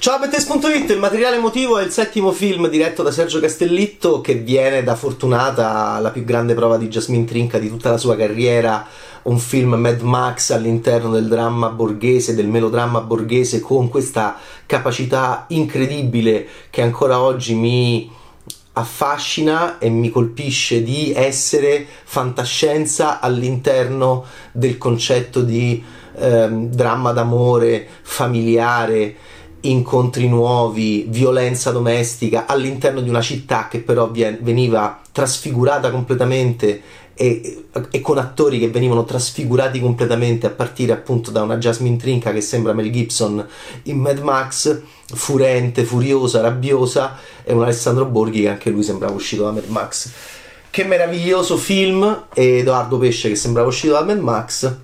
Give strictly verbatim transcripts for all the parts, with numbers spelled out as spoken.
Ciao a Bettes punto it, il materiale emotivo è il settimo film diretto da Sergio Castellitto, che viene da Fortunata, la più grande prova di Jasmine Trinca di tutta la sua carriera, un film Mad Max all'interno del dramma borghese, del melodramma borghese, con questa capacità incredibile che ancora oggi mi affascina e mi colpisce, di essere fantascienza all'interno del concetto di ehm, dramma d'amore, familiare, incontri nuovi, violenza domestica all'interno di una città che però veniva trasfigurata completamente e, e con attori che venivano trasfigurati completamente, a partire appunto da una Jasmine Trinca che sembra Mel Gibson in Mad Max, furente, furiosa, rabbiosa, e un Alessandro Borghi che anche lui sembrava uscito da Mad Max. Che meraviglioso film! E Edoardo Pesce che sembrava uscito da Mad Max,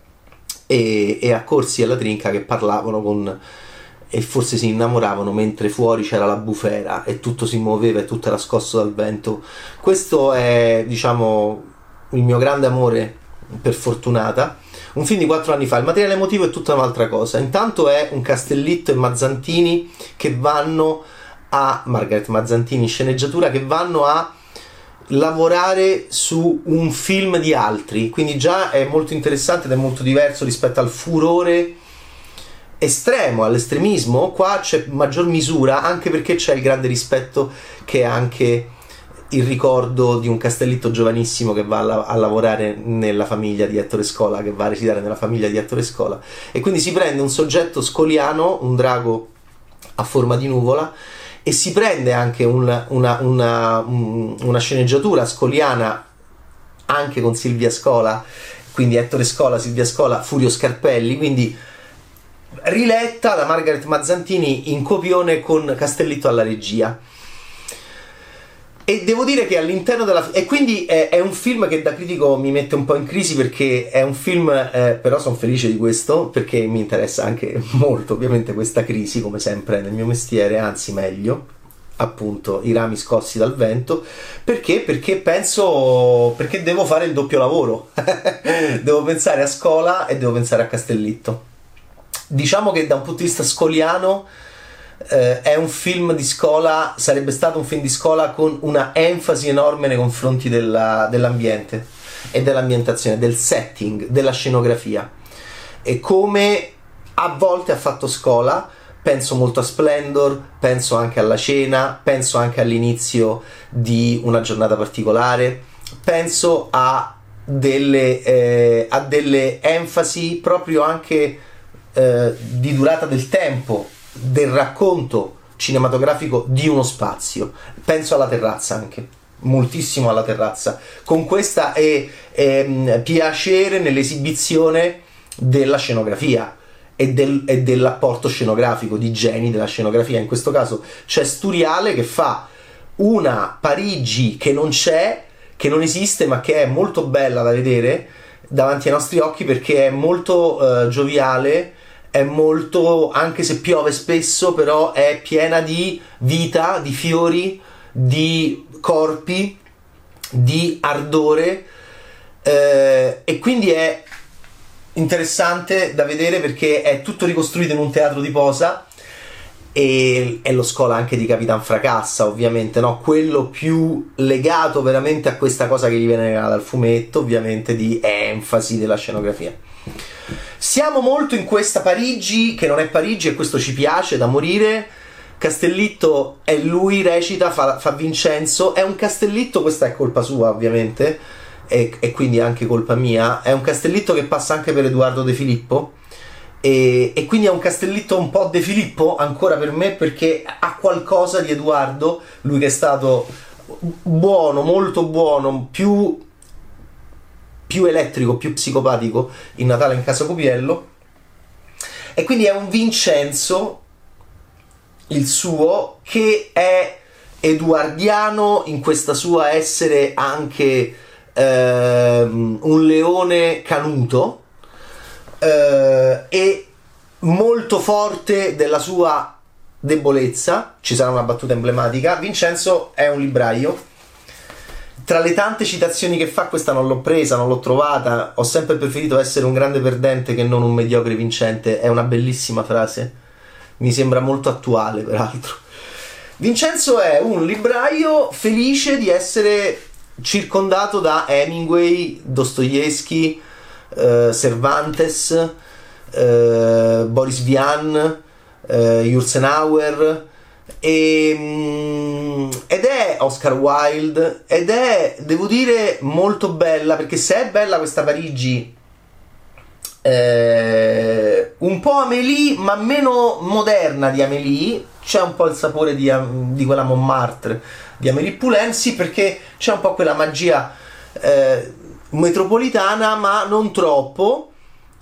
e, e Accorsi e la Trinca che parlavano con... e forse si innamoravano mentre fuori c'era la bufera e tutto si muoveva e tutto era scosso dal vento. Questo è, diciamo, il mio grande amore per Fortunata, un film di quattro anni fa. Il materiale emotivo è tutta un'altra cosa. Intanto è un Castellitto e Mazzantini che vanno a Margaret Mazzantini in sceneggiatura, che vanno a lavorare su un film di altri, quindi già è molto interessante ed è molto diverso rispetto al furore estremo, all'estremismo. Qua c'è maggior misura, anche perché c'è il grande rispetto che è anche il ricordo di un Castellitto giovanissimo che va a, a lavorare nella famiglia di Ettore Scola, che va a residere nella famiglia di Ettore Scola, e quindi si prende un soggetto scoliano, un drago a forma di nuvola, e si prende anche una, una, una, una sceneggiatura scoliana anche con Silvia Scola, quindi Ettore Scola, Silvia Scola, Furio Scarpelli, quindi riletta da Margaret Mazzantini in copione con Castellitto alla regia. E devo dire che all'interno della... e quindi è, è un film che da critico mi mette un po' in crisi, perché è un film, eh, però sono felice di questo, perché mi interessa anche molto ovviamente questa crisi, come sempre nel mio mestiere, anzi meglio, appunto, i rami scossi dal vento. Perché? Perché penso... perché devo fare il doppio lavoro. Devo pensare a Scola e devo pensare a Castellitto. Diciamo che da un punto di vista scoliano eh, è un film di Scola, sarebbe stato un film di Scola con una enfasi enorme nei confronti della, dell'ambiente e dell'ambientazione, del setting, della scenografia, e come a volte ha fatto Scola. Penso molto a Splendor, penso anche alla cena, penso anche all'inizio di Una giornata particolare, penso a delle, eh, a delle enfasi proprio anche eh, di durata del tempo, del racconto cinematografico di uno spazio. Penso alla terrazza, anche moltissimo alla terrazza, con questa e, e, piacere nell'esibizione della scenografia e, del, e dell'apporto scenografico, di geni della scenografia. In questo caso c'è Sturiale che fa una Parigi che non c'è, che non esiste, ma che è molto bella da vedere davanti ai nostri occhi, perché è molto eh, gioviale, è molto, anche se piove spesso, però è piena di vita, di fiori, di corpi, di ardore, eh, e quindi è interessante da vedere perché è tutto ricostruito in un teatro di posa, e è lo Scola anche di Capitan Fracassa, ovviamente, no? Quello più legato veramente a questa cosa che gli viene dal fumetto, ovviamente, di enfasi della scenografia. Siamo molto in questa Parigi che non è Parigi, e questo ci piace da morire. Castellitto è lui, recita, fa, fa Vincenzo. È un Castellitto, questa è colpa sua ovviamente, e, e quindi anche colpa mia. È un Castellitto che passa anche per Edoardo De Filippo, e, e quindi è un Castellitto un po' De Filippo ancora per me, perché ha qualcosa di Edoardo, lui che è stato buono, molto buono, più più elettrico, più psicopatico in Natale in Casa Copiello. E quindi è un Vincenzo, il suo, che è edoardiano in questa sua essere anche ehm, un leone canuto, eh, e molto forte della sua debolezza. Ci sarà una battuta emblematica. Vincenzo è un libraio. Tra le tante citazioni che fa, questa non l'ho presa, non l'ho trovata. Ho sempre preferito essere un grande perdente che non un mediocre vincente. È una bellissima frase mi sembra molto attuale peraltro. Vincenzo è un libraio felice di essere circondato da Hemingway, Dostoevsky, eh, Cervantes, eh, Boris Vian, eh, Eisenhower, e, mm, ed è Oscar Wilde, ed è, devo dire, molto bella, perché se è bella questa Parigi eh, un po' Amélie ma meno moderna di Amélie, c'è un po' il sapore di, di quella Montmartre di Amélie Poulain, sì, perché c'è un po' quella magia eh, metropolitana ma non troppo.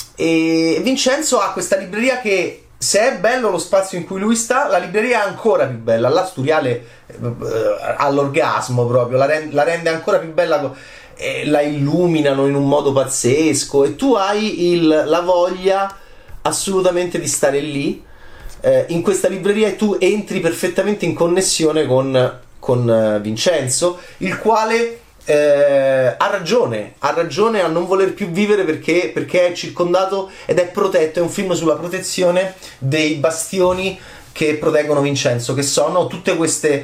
E Vincenzo ha questa libreria che, se è bello lo spazio in cui lui sta, la libreria è ancora più bella. L'Asturiale eh, all'orgasmo proprio, la, rend- la rende ancora più bella, eh, la illuminano in un modo pazzesco e tu hai il, la voglia assolutamente di stare lì eh, in questa libreria, e tu entri perfettamente in connessione con, con uh, Vincenzo, il quale Eh, ha ragione, ha ragione a non voler più vivere perché, perché è circondato ed è protetto. È un film sulla protezione dei bastioni che proteggono Vincenzo, che sono tutte queste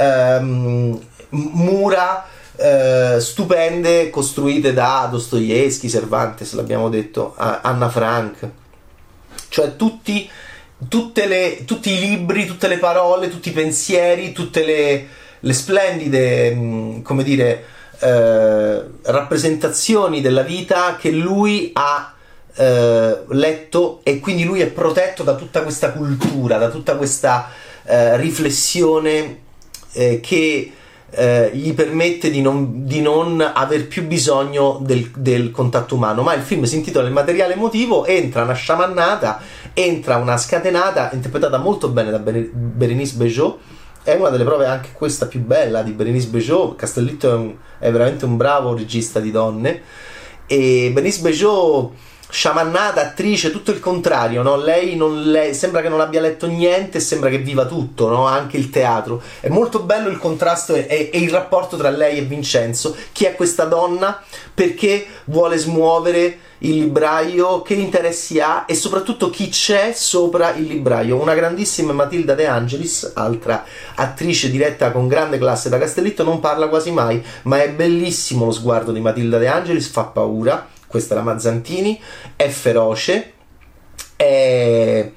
ehm, mura eh, stupende costruite da Dostoevsky, Cervantes, l'abbiamo detto, Anna Frank, cioè tutti, tutte le, tutti i libri, tutte le parole, tutti i pensieri, tutte le, le splendide, come dire, Eh, rappresentazioni della vita che lui ha eh, letto, e quindi lui è protetto da tutta questa cultura, da tutta questa eh, riflessione eh, che eh, gli permette di non, di non aver più bisogno del, del contatto umano. Ma il film si intitola Il materiale emotivo, entra una sciamannata, entra una scatenata interpretata molto bene da Bérénice Bejo. È una delle prove, anche questa più bella, di Bérénice Bejo. Castellitto è, un, è veramente un bravo regista di donne, e Bérénice Bejo, sciamannata, attrice, tutto il contrario, no? Lei, non le, sembra che non abbia letto niente, sembra che viva tutto, no? Anche il teatro. È molto bello il contrasto e, e, e il rapporto tra lei e Vincenzo. Chi è questa donna? Perché vuole smuovere il libraio, che interessi ha, e soprattutto chi c'è sopra il libraio. Una grandissima Matilda De Angelis, altra attrice diretta con grande classe da Castellitto, non parla quasi mai, ma è bellissimo lo sguardo di Matilda De Angelis, fa paura. Questa è la Mazzantini, è feroce, è,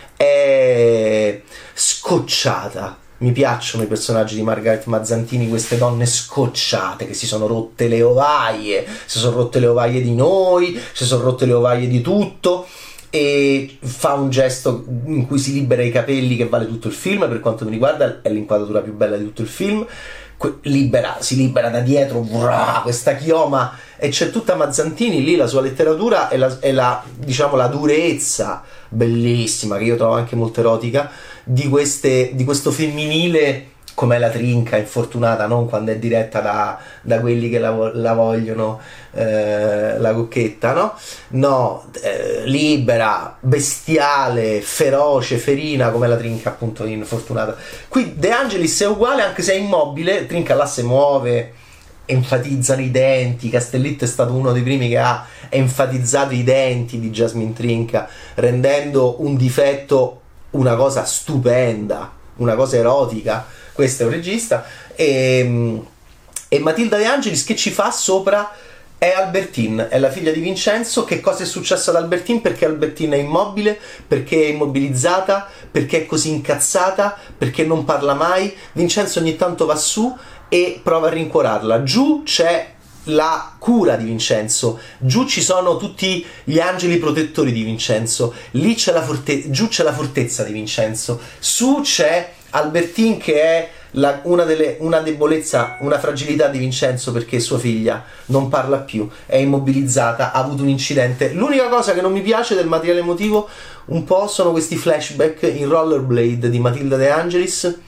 è scocciata. Mi piacciono i personaggi di Margaret Mazzantini, queste donne scocciate che si sono rotte le ovaie, si sono rotte le ovaie di noi, si sono rotte le ovaie di tutto, e fa un gesto in cui si libera i capelli che vale tutto il film. Per quanto mi riguarda è l'inquadratura più bella di tutto il film. Libera, si libera da dietro, brrr, questa chioma, e c'è tutta Mazzantini lì, la sua letteratura e la, e la, diciamo, la durezza bellissima, che io trovo anche molto erotica, di, queste, di questo femminile, come la Trinca infortunata, non quando è diretta da, da quelli che la, la vogliono, eh, la cocchetta, no? No, eh, libera, bestiale, feroce, ferina, come la Trinca appunto infortunata. Qui De Angelis è uguale, anche se è immobile. Trinca là si muove, enfatizzano i denti. Castellitto è stato uno dei primi che ha enfatizzato i denti di Jasmine Trinca, rendendo un difetto una cosa stupenda, una cosa erotica. Questo è un regista. E, e Matilda De Angelis che ci fa sopra è Albertine, è la figlia di Vincenzo. Che cosa è successo ad Albertine? Perché Albertine è immobile, perché è immobilizzata, perché è così incazzata, perché non parla mai. Vincenzo ogni tanto va su e prova a rincuorarla. Giù c'è la cura di Vincenzo, giù ci sono tutti gli angeli protettori di Vincenzo, lì c'è la forte- giù c'è la fortezza di Vincenzo, su c'è Albertine che è la, una, delle, una debolezza, una fragilità di Vincenzo, perché sua figlia non parla più, è immobilizzata, ha avuto un incidente. L'unica cosa che non mi piace del materiale emotivo un po' sono questi flashback in rollerblade di Matilda De Angelis,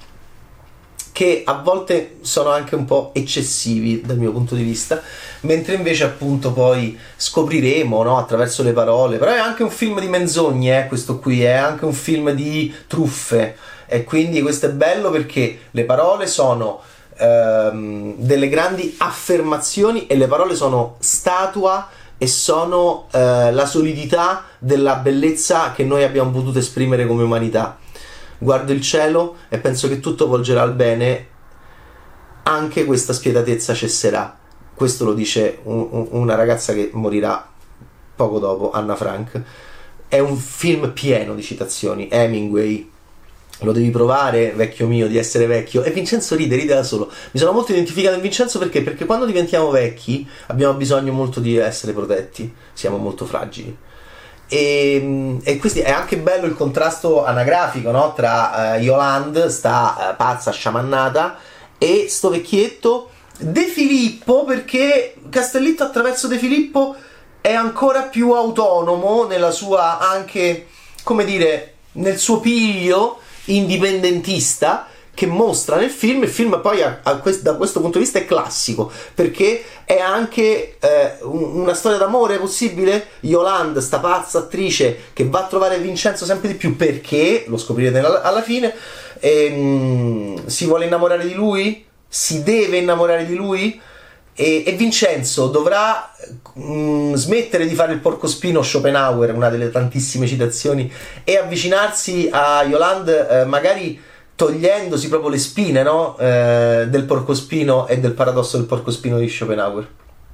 che a volte sono anche un po' eccessivi dal mio punto di vista, mentre invece appunto poi scopriremo, no, attraverso le parole. Però è anche un film di menzogne, eh, questo qui è anche un film di truffe, e quindi questo è bello perché le parole sono ehm, delle grandi affermazioni, e le parole sono statua e sono eh, la solidità della bellezza che noi abbiamo potuto esprimere come umanità. Guardo il cielo e penso che tutto volgerà al bene, anche questa spietatezza cesserà. Questo lo dice un, un, una ragazza che morirà poco dopo, Anna Frank. È un film pieno di citazioni. Hemingway, lo devi provare, vecchio mio, di essere vecchio. E Vincenzo ride, ride da solo. Mi sono molto identificato in Vincenzo perché? Perché quando diventiamo vecchi abbiamo bisogno molto di essere protetti, siamo molto fragili. E, e questo è anche bello il contrasto anagrafico, no? Tra uh, Yolande, sta uh, pazza sciamannata, e sto vecchietto De Filippo, perché Castellitto attraverso De Filippo è ancora più autonomo nella sua, anche, come dire, nel suo piglio indipendentista che mostra nel film. Il film poi a, a quest, da questo punto di vista è classico, perché è anche eh, una storia d'amore possibile. Yolande, sta pazza attrice che va a trovare Vincenzo sempre di più, perché, lo scoprirete alla, alla fine, ehm, si vuole innamorare di lui, si deve innamorare di lui, e, e Vincenzo dovrà mh, smettere di fare il porcospino Schopenhauer, una delle tantissime citazioni, e avvicinarsi a Yolande, eh, magari togliendosi proprio le spine, no? eh, del porcospino e del paradosso del porcospino di Schopenhauer.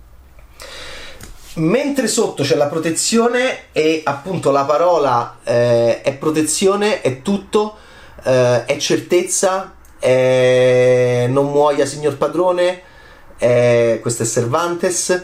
Mentre sotto c'è la protezione, e appunto la parola eh, è protezione, è tutto, eh, è certezza, è non muoia signor padrone, è, questo è Cervantes,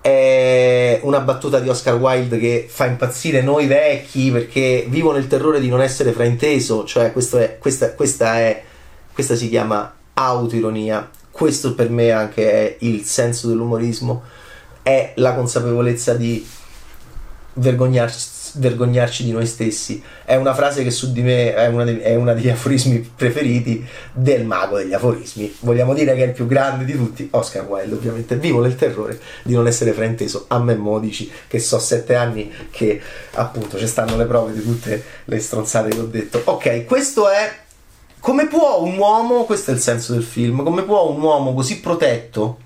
è una battuta di Oscar Wilde che fa impazzire noi vecchi perché vivo nel terrore di non essere frainteso, cioè questo è, questa, questa è questa si chiama autoironia. Questo per me anche è il senso dell'umorismo, è la consapevolezza di vergognarsi, vergognarci di noi stessi. È una frase che su di me è una, dei, è una degli aforismi preferiti del mago degli aforismi. Vogliamo dire che è il più grande di tutti, Oscar Wilde, ovviamente. Vivo nel terrore di non essere frainteso. A me mo dici che so sette anni che appunto ci stanno le prove di tutte le stronzate che ho detto. Ok, questo è come può un uomo, questo è il senso del film, come può un uomo così protetto,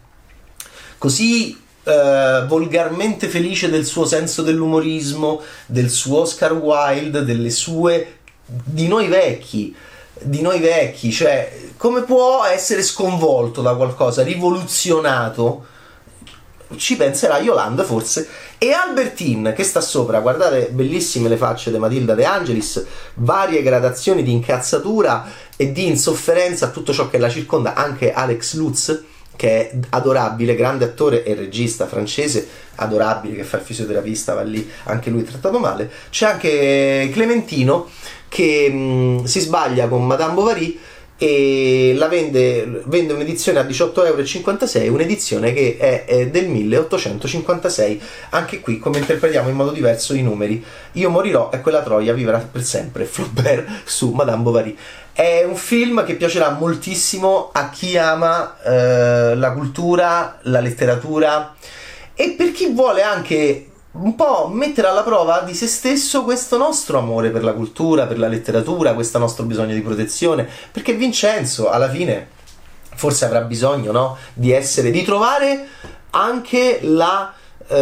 così Uh, volgarmente felice del suo senso dell'umorismo, del suo Oscar Wilde, delle sue, di noi vecchi, di noi vecchi, cioè come può essere sconvolto da qualcosa, rivoluzionato? Ci penserà Yolande forse. E Albertine che sta sopra, guardate, bellissime le facce di Matilda De Angelis, varie gradazioni di incazzatura e di insofferenza a tutto ciò che la circonda, anche Alex Lutz, che è adorabile, grande attore e regista francese, adorabile, che fa il fisioterapista, va lì, anche lui trattato male. C'è anche Clementino che mh, si sbaglia con Madame Bovary e la vende, vende un'edizione a diciotto euro e cinquantasei, un'edizione che è, è del milleottocentocinquantasei. Anche qui come interpretiamo in modo diverso i numeri. Io morirò e quella troia vivrà per sempre, Flaubert su Madame Bovary. È un film che piacerà moltissimo a chi ama eh, la cultura, la letteratura, e per chi vuole anche un po' mettere alla prova di se stesso questo nostro amore per la cultura, per la letteratura, questo nostro bisogno di protezione, perché Vincenzo alla fine forse avrà bisogno, no? Di essere, di trovare anche la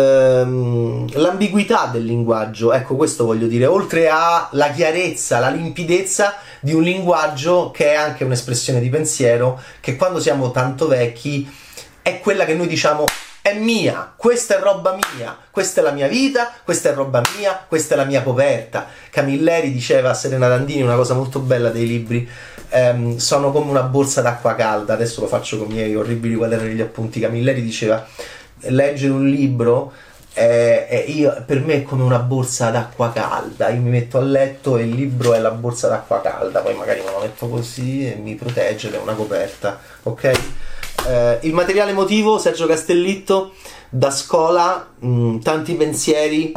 ehm, l'ambiguità del linguaggio, ecco, questo voglio dire, oltre alla chiarezza, la limpidezza di un linguaggio che è anche un'espressione di pensiero, che quando siamo tanto vecchi è quella che noi diciamo è mia, questa è roba mia, questa è la mia vita, questa è roba mia, questa è la mia coperta. Camilleri diceva a Serena Dandini una cosa molto bella dei libri, ehm, sono come una borsa d'acqua calda. Adesso lo faccio con i miei orribili quaderni degli appunti. Camilleri diceva leggere un libro eh, eh, io, per me è come una borsa d'acqua calda, io mi metto a letto e il libro è la borsa d'acqua calda, poi magari me lo metto così e mi protegge, ed è una coperta, ok? Uh, il materiale emotivo, Sergio Castellitto, da scuola, mh, tanti pensieri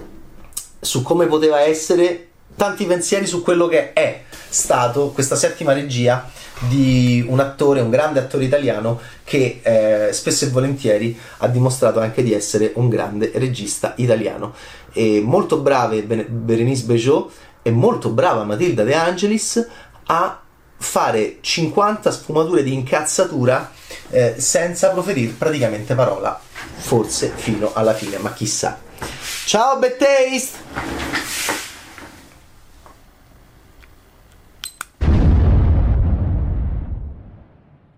su come poteva essere, tanti pensieri su quello che è stato questa settima regia di un attore, un grande attore italiano che eh, spesso e volentieri ha dimostrato anche di essere un grande regista italiano. E molto brave Berenice Bejo e molto brava Matilda De Angelis a fare cinquanta sfumature di incazzatura eh, senza proferire praticamente parola. forse fino alla fine, ma chissà. Ciao Bad Taste!